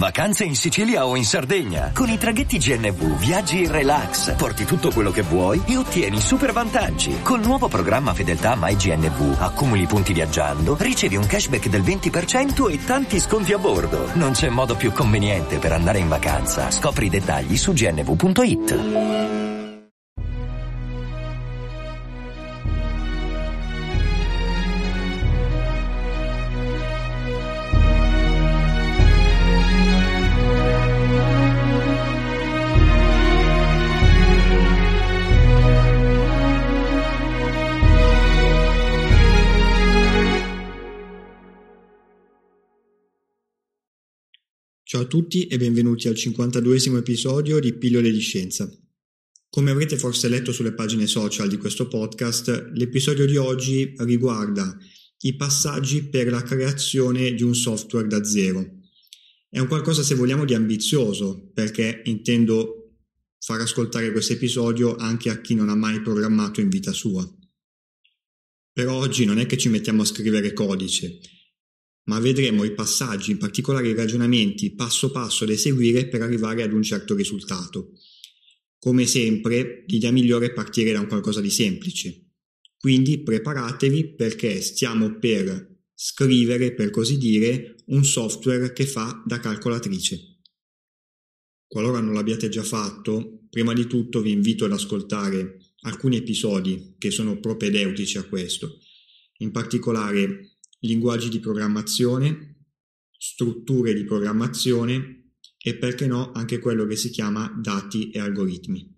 Vacanze in Sicilia o in Sardegna. Con i traghetti GNV viaggi in relax, porti tutto quello che vuoi e ottieni super vantaggi. Col nuovo programma Fedeltà MyGNV accumuli punti viaggiando, ricevi un cashback del 20% e tanti sconti a bordo. Non c'è modo più conveniente per andare in vacanza. Scopri i dettagli su gnv.it. Ciao a tutti e benvenuti al 52esimo episodio di Pillole di Scienza. Come avrete forse letto sulle pagine social di questo podcast, l'episodio di oggi riguarda i passaggi per la creazione di un software da zero. È un qualcosa, se vogliamo, di ambizioso, perché intendo far ascoltare questo episodio anche a chi non ha mai programmato in vita sua. Però oggi non è che ci mettiamo a scrivere codice, ma vedremo i passaggi, in particolare i ragionamenti passo passo da eseguire per arrivare ad un certo risultato. Come sempre, l'idea migliore è partire da un qualcosa di semplice. Quindi preparatevi perché stiamo per scrivere, per così dire, un software che fa da calcolatrice. Qualora non l'abbiate già fatto, prima di tutto vi invito ad ascoltare alcuni episodi che sono propedeutici a questo, in particolare linguaggi di programmazione, strutture di programmazione e, perché no, anche quello che si chiama dati e algoritmi.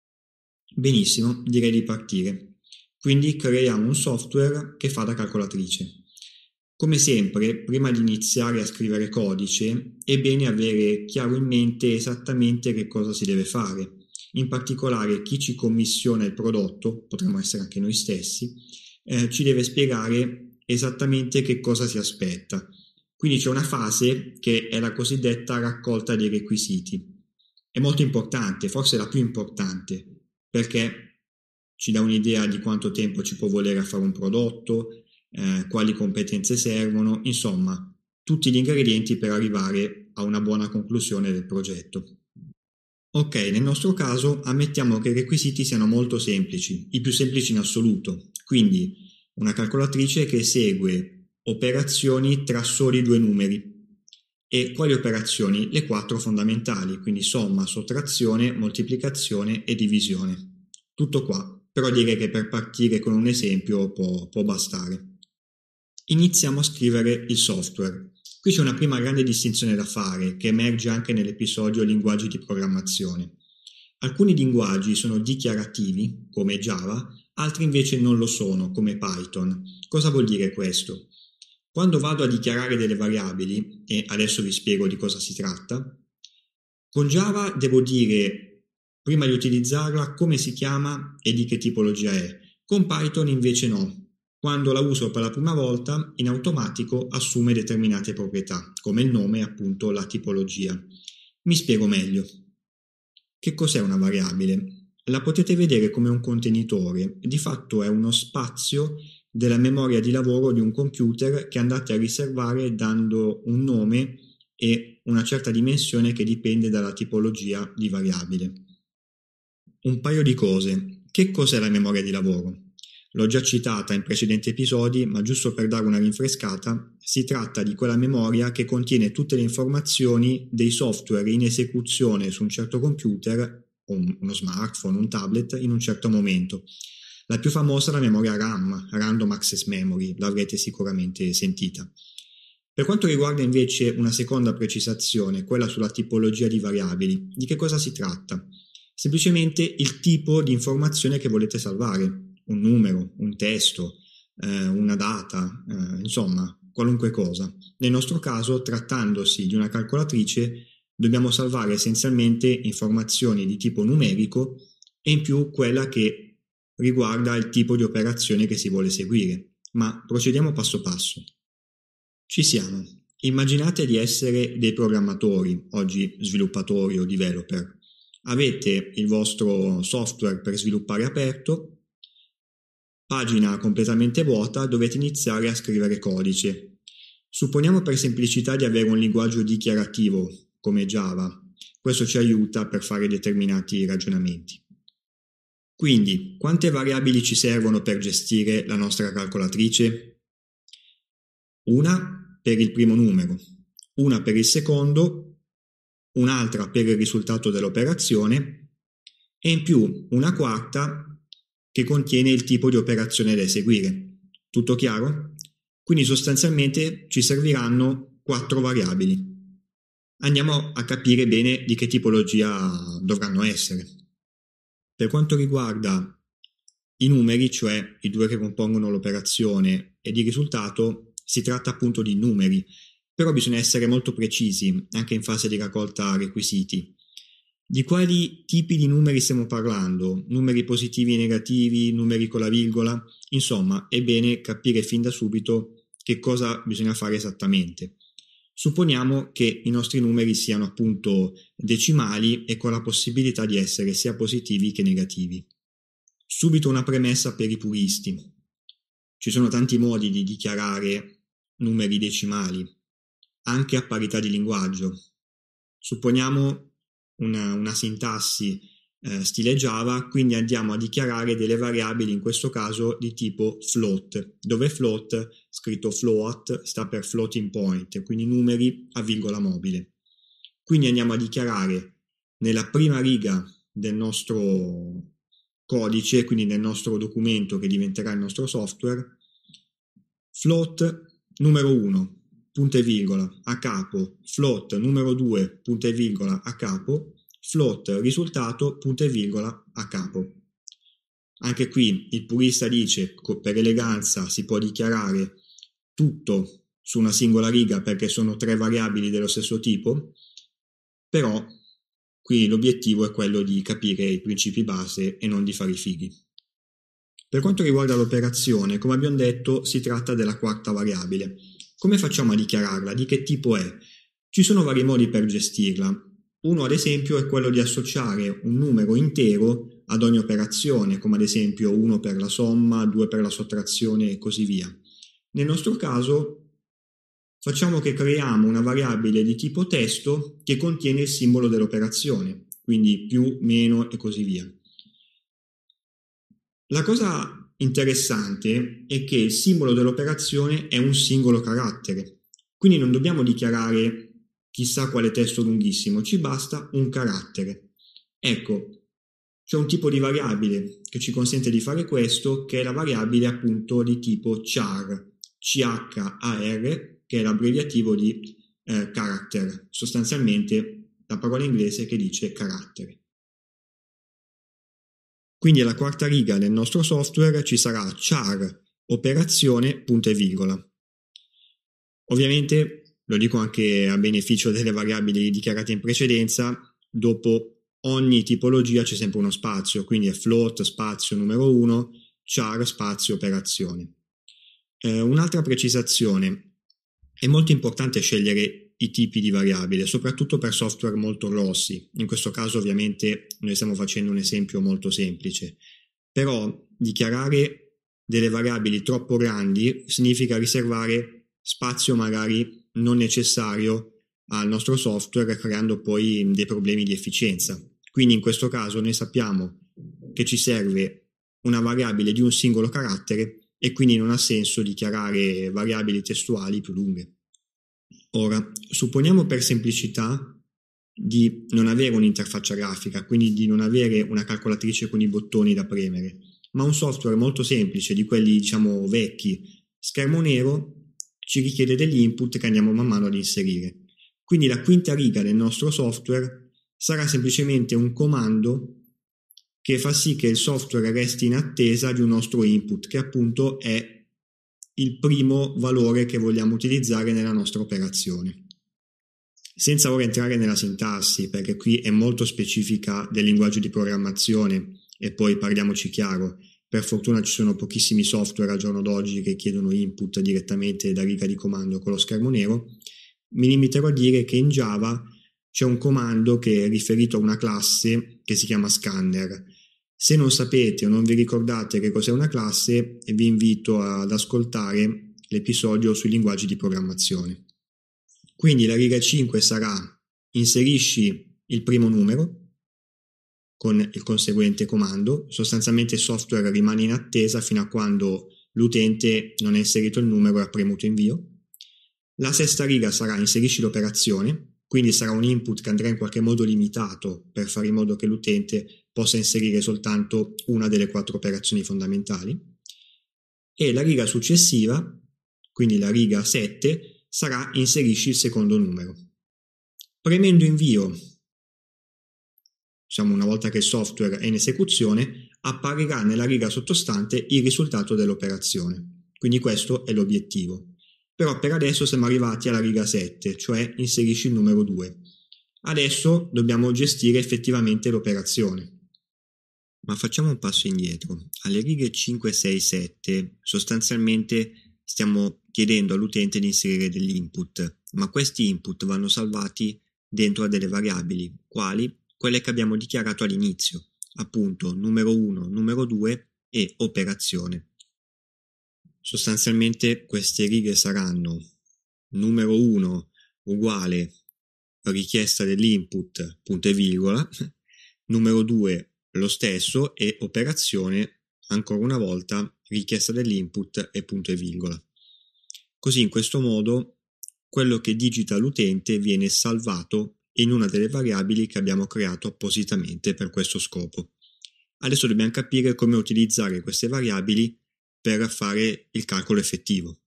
Benissimo, direi di partire. Quindi creiamo un software che fa da calcolatrice. Come sempre, prima di iniziare a scrivere codice, è bene avere chiaro in mente esattamente che cosa si deve fare. In particolare, chi ci commissiona il prodotto, potremmo essere anche noi stessi, ci deve spiegare esattamente che cosa si aspetta. Quindi c'è una fase che è la cosiddetta raccolta dei requisiti. È molto importante, forse la più importante, perché ci dà un'idea di quanto tempo ci può volere a fare un prodotto, quali competenze servono, insomma, tutti gli ingredienti per arrivare a una buona conclusione del progetto. Ok, nel nostro caso ammettiamo che i requisiti siano molto semplici, i più semplici in assoluto, quindi una calcolatrice che esegue operazioni tra soli due numeri. E quali operazioni? Le 4 fondamentali, quindi somma, sottrazione, moltiplicazione e divisione. Tutto qua, però direi che per partire con un esempio può bastare. Iniziamo a scrivere il software. Qui c'è una prima grande distinzione da fare, che emerge anche nell'episodio linguaggi di programmazione. Alcuni linguaggi sono dichiarativi, come Java, altri invece non lo sono, come Python. Cosa vuol dire questo? Quando vado a dichiarare delle variabili, e adesso vi spiego di cosa si tratta, con Java devo dire, prima di utilizzarla, come si chiama e di che tipologia è. Con Python invece no. Quando la uso per la prima volta, in automatico assume determinate proprietà, come il nome e appunto la tipologia. Mi spiego meglio. Che cos'è una variabile? La potete vedere come un contenitore, di fatto è uno spazio della memoria di lavoro di un computer che andate a riservare dando un nome e una certa dimensione che dipende dalla tipologia di variabile. Un paio di cose. Che cos'è la memoria di lavoro? L'ho già citata in precedenti episodi, ma giusto per dare una rinfrescata, si tratta di quella memoria che contiene tutte le informazioni dei software in esecuzione su un certo computer, uno smartphone, un tablet, in un certo momento. La più famosa è la memoria RAM, Random Access Memory, l'avrete sicuramente sentita. Per quanto riguarda invece una seconda precisazione, quella sulla tipologia di variabili, di che cosa si tratta? Semplicemente il tipo di informazione che volete salvare. Un numero, un testo, una data, insomma, qualunque cosa. Nel nostro caso, trattandosi di una calcolatrice, dobbiamo salvare essenzialmente informazioni di tipo numerico e in più quella che riguarda il tipo di operazione che si vuole eseguire. Ma procediamo passo passo. Ci siamo. Immaginate di essere dei programmatori, oggi sviluppatori o developer. Avete il vostro software per sviluppare aperto, pagina completamente vuota, dovete iniziare a scrivere codice. Supponiamo per semplicità di avere un linguaggio dichiarativo come Java. Questo ci aiuta per fare determinati ragionamenti. Quindi, quante variabili ci servono per gestire la nostra calcolatrice? Una per il primo numero, una per il secondo, un'altra per il risultato dell'operazione e in più una quarta che contiene il tipo di operazione da eseguire. Tutto chiaro? Quindi sostanzialmente ci serviranno 4 variabili. Andiamo a capire bene di che tipologia dovranno essere. Per quanto riguarda i numeri, cioè i 2 che compongono l'operazione ed il risultato, si tratta appunto di numeri, però bisogna essere molto precisi anche in fase di raccolta requisiti. Di quali tipi di numeri stiamo parlando? Numeri positivi e negativi, numeri con la virgola? Insomma, è bene capire fin da subito che cosa bisogna fare esattamente. Supponiamo che i nostri numeri siano appunto decimali e con la possibilità di essere sia positivi che negativi. Subito una premessa per i puristi. Ci sono tanti modi di dichiarare numeri decimali, anche a parità di linguaggio. Supponiamo una sintassi stile Java, quindi andiamo a dichiarare delle variabili, in questo caso di tipo float, dove float, scritto float, sta per floating point, quindi numeri a virgola mobile. Quindi andiamo a dichiarare nella prima riga del nostro codice, quindi nel nostro documento che diventerà il nostro software, float numero 1, punto e virgola, a capo, float numero 2, punto e virgola, a capo, float risultato, punto e virgola, a capo. Anche qui il purista dice per eleganza si può dichiarare tutto su una singola riga perché sono 3 variabili dello stesso tipo, però qui l'obiettivo è quello di capire i principi base e non di fare i fighi. Per quanto riguarda l'operazione, come abbiamo detto, si tratta della quarta variabile. Come facciamo a dichiararla? Di che tipo è? Ci sono vari modi per gestirla. Uno, ad esempio, è quello di associare un numero intero ad ogni operazione, come ad esempio 1 per la somma, 2 per la sottrazione e così via. Nel nostro caso, facciamo che creiamo una variabile di tipo testo che contiene il simbolo dell'operazione, quindi più, meno e così via. La cosa interessante è che il simbolo dell'operazione è un singolo carattere, quindi non dobbiamo dichiarare chissà quale testo lunghissimo, ci basta un carattere. Ecco, c'è un tipo di variabile che ci consente di fare questo, che è la variabile appunto di tipo char, C-H-A-R, che è l'abbreviativo di character, sostanzialmente la parola inglese che dice carattere. Quindi alla quarta riga del nostro software ci sarà char operazione punto e virgola. Ovviamente, lo dico anche a beneficio delle variabili dichiarate in precedenza, dopo ogni tipologia c'è sempre uno spazio, quindi è float spazio numero 1, char spazio operazione. Un'altra precisazione, è molto importante scegliere i tipi di variabile, soprattutto per software molto grossi. In questo caso ovviamente noi stiamo facendo un esempio molto semplice, però dichiarare delle variabili troppo grandi significa riservare spazio magari non necessario al nostro software, creando poi dei problemi di efficienza. Quindi in questo caso noi sappiamo che ci serve una variabile di un singolo carattere e quindi non ha senso dichiarare variabili testuali più lunghe. Ora, supponiamo per semplicità di non avere un'interfaccia grafica, quindi di non avere una calcolatrice con i bottoni da premere, ma un software molto semplice, di quelli diciamo vecchi, schermo nero, ci richiede degli input che andiamo man mano ad inserire. Quindi la quinta riga del nostro software sarà semplicemente un comando che fa sì che il software resti in attesa di un nostro input, che appunto è il primo valore che vogliamo utilizzare nella nostra operazione. Senza ora entrare nella sintassi, perché qui è molto specifica del linguaggio di programmazione, e poi parliamoci chiaro, per fortuna ci sono pochissimi software al giorno d'oggi che chiedono input direttamente da riga di comando con lo schermo nero, mi limiterò a dire che in Java c'è un comando che è riferito a una classe che si chiama scanner. Se non sapete o non vi ricordate che cos'è una classe, vi invito ad ascoltare l'episodio sui linguaggi di programmazione. Quindi la riga 5 sarà inserisci il primo numero con il conseguente comando, sostanzialmente il software rimane in attesa fino a quando l'utente non ha inserito il numero e ha premuto invio. La sesta riga sarà inserisci l'operazione, quindi sarà un input che andrà in qualche modo limitato per fare in modo che l'utente possa inserire soltanto una delle 4 operazioni fondamentali. E la riga successiva, quindi la riga 7, sarà inserisci il secondo numero. Premendo invio, una volta che il software è in esecuzione, apparirà nella riga sottostante il risultato dell'operazione. Quindi questo è l'obiettivo. Però per adesso siamo arrivati alla riga 7, cioè inserisci il numero 2. Adesso dobbiamo gestire effettivamente l'operazione. Ma facciamo un passo indietro. Alle righe 5, 6, 7 sostanzialmente stiamo chiedendo all'utente di inserire degli input, ma questi input vanno salvati dentro a delle variabili, quali? Quelle che abbiamo dichiarato all'inizio, appunto numero 1, numero 2 e operazione. Sostanzialmente queste righe saranno numero 1 uguale richiesta dell'input, punto e virgola, numero 2 lo stesso e operazione ancora una volta richiesta dell'input e punto e virgola. Così in questo modo quello che digita l'utente viene salvato in una delle variabili che abbiamo creato appositamente per questo scopo. Adesso dobbiamo capire come utilizzare queste variabili per fare il calcolo effettivo.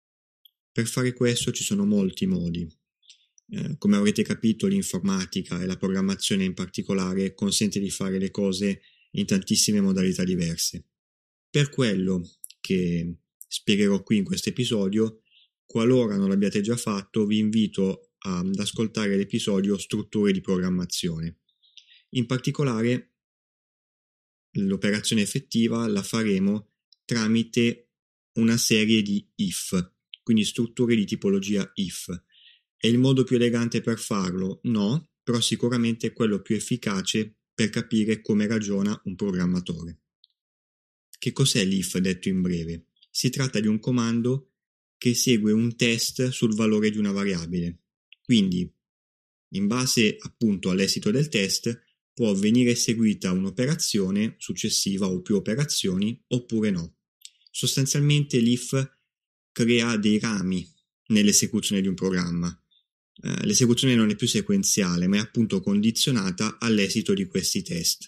Per fare questo ci sono molti modi. Come avrete capito, l'informatica e la programmazione in particolare consente di fare le cose in tantissime modalità diverse. Per quello che spiegherò qui in questo episodio, qualora non l'abbiate già fatto, vi invito ad ascoltare l'episodio Strutture di programmazione. In particolare, l'operazione effettiva la faremo tramite una serie di if, quindi strutture di tipologia if. È il modo più elegante per farlo? No, però sicuramente è quello più efficace per capire come ragiona un programmatore. Che cos'è l'if detto in breve? Si tratta di un comando che segue un test sul valore di una variabile. Quindi, in base appunto all'esito del test, può venire eseguita un'operazione successiva o più operazioni oppure no. Sostanzialmente l'if crea dei rami nell'esecuzione di un programma. L'esecuzione non è più sequenziale, ma è appunto condizionata all'esito di questi test.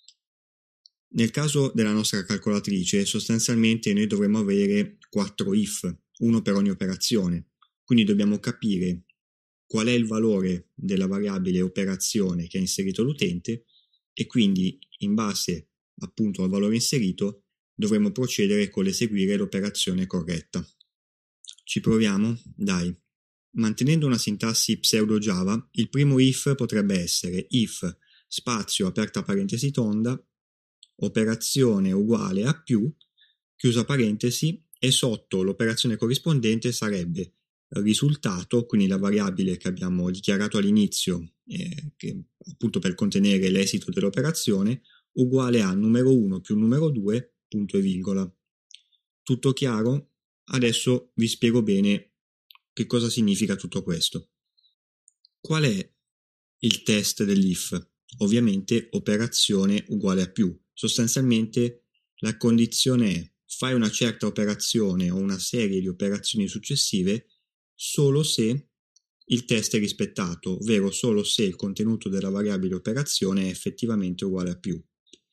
Nel caso della nostra calcolatrice, sostanzialmente noi dovremo avere 4 if, uno per ogni operazione. Quindi dobbiamo capire qual è il valore della variabile operazione che ha inserito l'utente e quindi in base appunto al valore inserito dovremo procedere con l'eseguire l'operazione corretta. Ci proviamo? Dai. Mantenendo una sintassi pseudo Java, il primo if potrebbe essere if spazio aperta parentesi tonda operazione uguale a più chiusa parentesi e sotto l'operazione corrispondente sarebbe risultato, quindi la variabile che abbiamo dichiarato all'inizio, che appunto per contenere l'esito dell'operazione, uguale a numero 1 più numero 2, punto e virgola. Tutto chiaro? Adesso vi spiego bene che cosa significa tutto questo. Qual è il test dell'if? Ovviamente operazione uguale a più. Sostanzialmente la condizione è fai una certa operazione o una serie di operazioni successive solo se il test è rispettato, ovvero solo se il contenuto della variabile operazione è effettivamente uguale a più.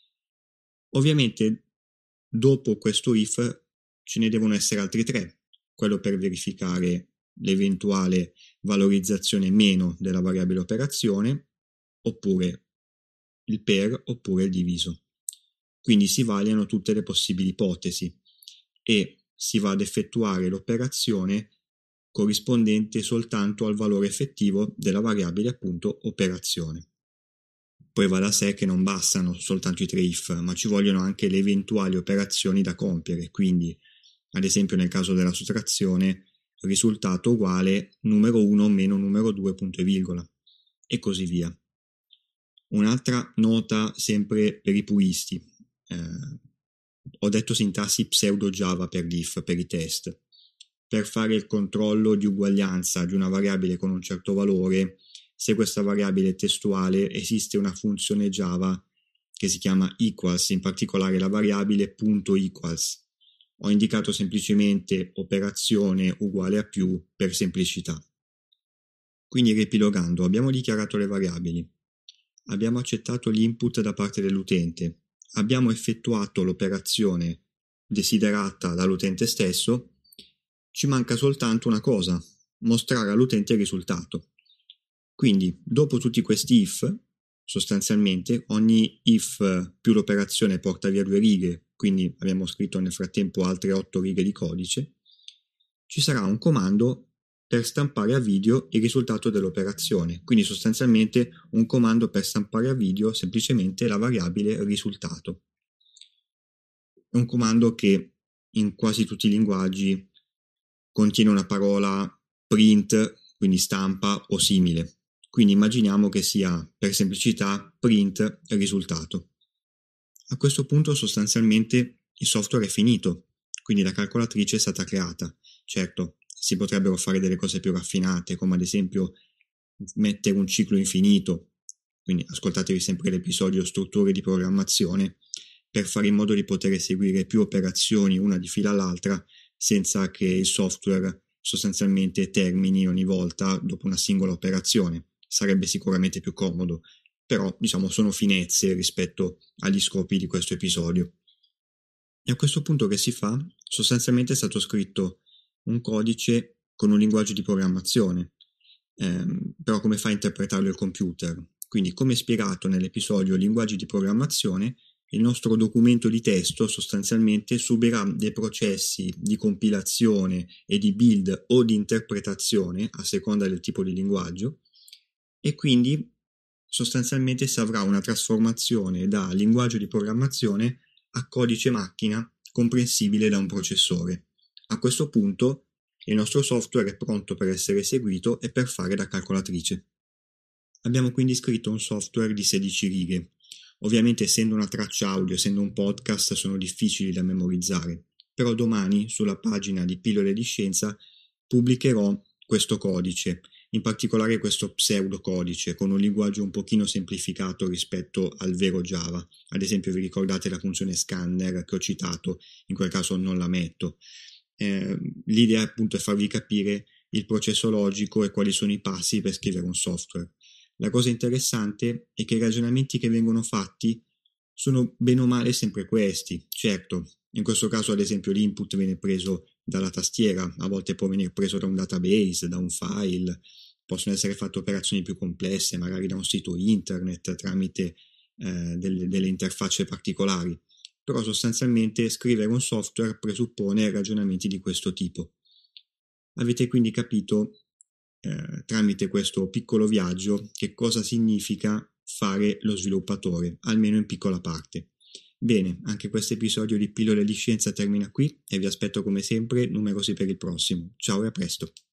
Ovviamente dopo questo if ce ne devono essere altri 3, quello per verificare l'eventuale valorizzazione meno della variabile operazione, oppure il per, oppure il diviso. Quindi si vagliano tutte le possibili ipotesi e si va ad effettuare l'operazione corrispondente soltanto al valore effettivo della variabile appunto operazione. Poi va da sé che non bastano soltanto i 3 if, ma ci vogliono anche le eventuali operazioni da compiere, quindi ad esempio nel caso della sottrazione risultato uguale numero 1 meno numero 2 punto e virgola e così via. Un'altra nota sempre per i puristi, ho detto sintassi pseudo Java per l'if, per i test. Per fare il controllo di uguaglianza di una variabile con un certo valore se questa variabile è testuale esiste una funzione Java che si chiama equals, in particolare la variabile .equals. Ho indicato semplicemente operazione uguale a più per semplicità. Quindi riepilogando, abbiamo dichiarato le variabili, abbiamo accettato l'input da parte dell'utente, abbiamo effettuato l'operazione desiderata dall'utente stesso, ci manca soltanto una cosa, mostrare all'utente il risultato. Quindi, dopo tutti questi if, sostanzialmente ogni if più l'operazione porta via 2 righe, quindi abbiamo scritto nel frattempo altre 8 righe di codice, ci sarà un comando per stampare a video il risultato dell'operazione, quindi sostanzialmente un comando per stampare a video semplicemente la variabile risultato. È un comando che in quasi tutti i linguaggi contiene una parola print, quindi stampa o simile. Quindi immaginiamo che sia, per semplicità, print risultato. A questo punto sostanzialmente il software è finito, quindi la calcolatrice è stata creata. Certo, si potrebbero fare delle cose più raffinate, come ad esempio mettere un ciclo infinito, quindi ascoltatevi sempre l'episodio strutture di programmazione, per fare in modo di poter eseguire più operazioni una di fila all'altra senza che il software sostanzialmente termini ogni volta dopo una singola operazione. Sarebbe sicuramente più comodo, però sono finezze rispetto agli scopi di questo episodio. E a questo punto che si fa? Sostanzialmente è stato scritto un codice con un linguaggio di programmazione, però come fa a interpretarlo il computer? Quindi, come spiegato nell'episodio linguaggi di programmazione, il nostro documento di testo sostanzialmente subirà dei processi di compilazione e di build o di interpretazione a seconda del tipo di linguaggio, e quindi sostanzialmente si avrà una trasformazione da linguaggio di programmazione a codice macchina comprensibile da un processore. A questo punto il nostro software è pronto per essere eseguito e per fare da calcolatrice. Abbiamo quindi scritto un software di 16 righe. Ovviamente, essendo una traccia audio, essendo un podcast, sono difficili da memorizzare, però domani sulla pagina di Pillole di Scienza pubblicherò questo codice, in particolare questo pseudocodice con un linguaggio un pochino semplificato rispetto al vero Java. Ad esempio, vi ricordate la funzione scanner che ho citato? In quel caso non la metto. L'idea appunto è farvi capire il processo logico e quali sono i passi per scrivere un software. La cosa interessante è che i ragionamenti che vengono fatti sono bene o male sempre questi. Certo, in questo caso ad esempio l'input viene preso dalla tastiera, a volte può venire preso da un database, da un file, possono essere fatte operazioni più complesse, magari da un sito internet tramite delle interfacce particolari, però sostanzialmente scrivere un software presuppone ragionamenti di questo tipo. Avete quindi capito tramite questo piccolo viaggio che cosa significa fare lo sviluppatore, almeno in piccola parte. Bene, anche questo episodio di Pillole di Scienza termina qui e vi aspetto come sempre numerosi per il prossimo. Ciao e a presto!